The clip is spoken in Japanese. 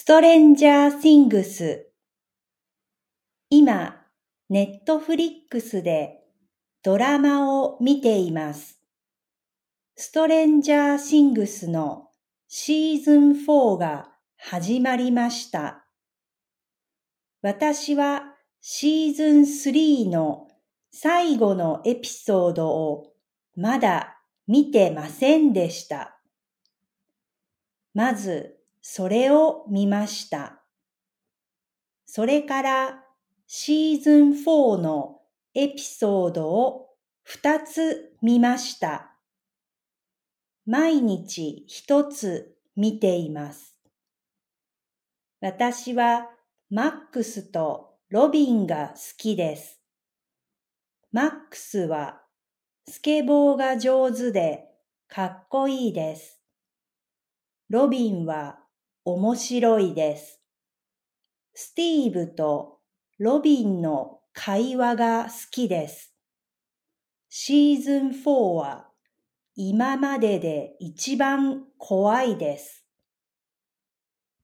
ストレンジャー・シングス。今、ネットフリックスでドラマを見ています。ストレンジャー・シングスのシーズン4が始まりました。私はシーズン3の最後のエピソードをまだ見てませんでした。まずそれを見ました。それからシーズン4のエピソードを2つ見ました。毎日1つ見ています。私はマックスとロビンが好きです。マックスはスケボーが上手でかっこいいです。ロビンは面白いです。スティーブとロビンの会話が好きです。シーズン4は今までで一番怖いです。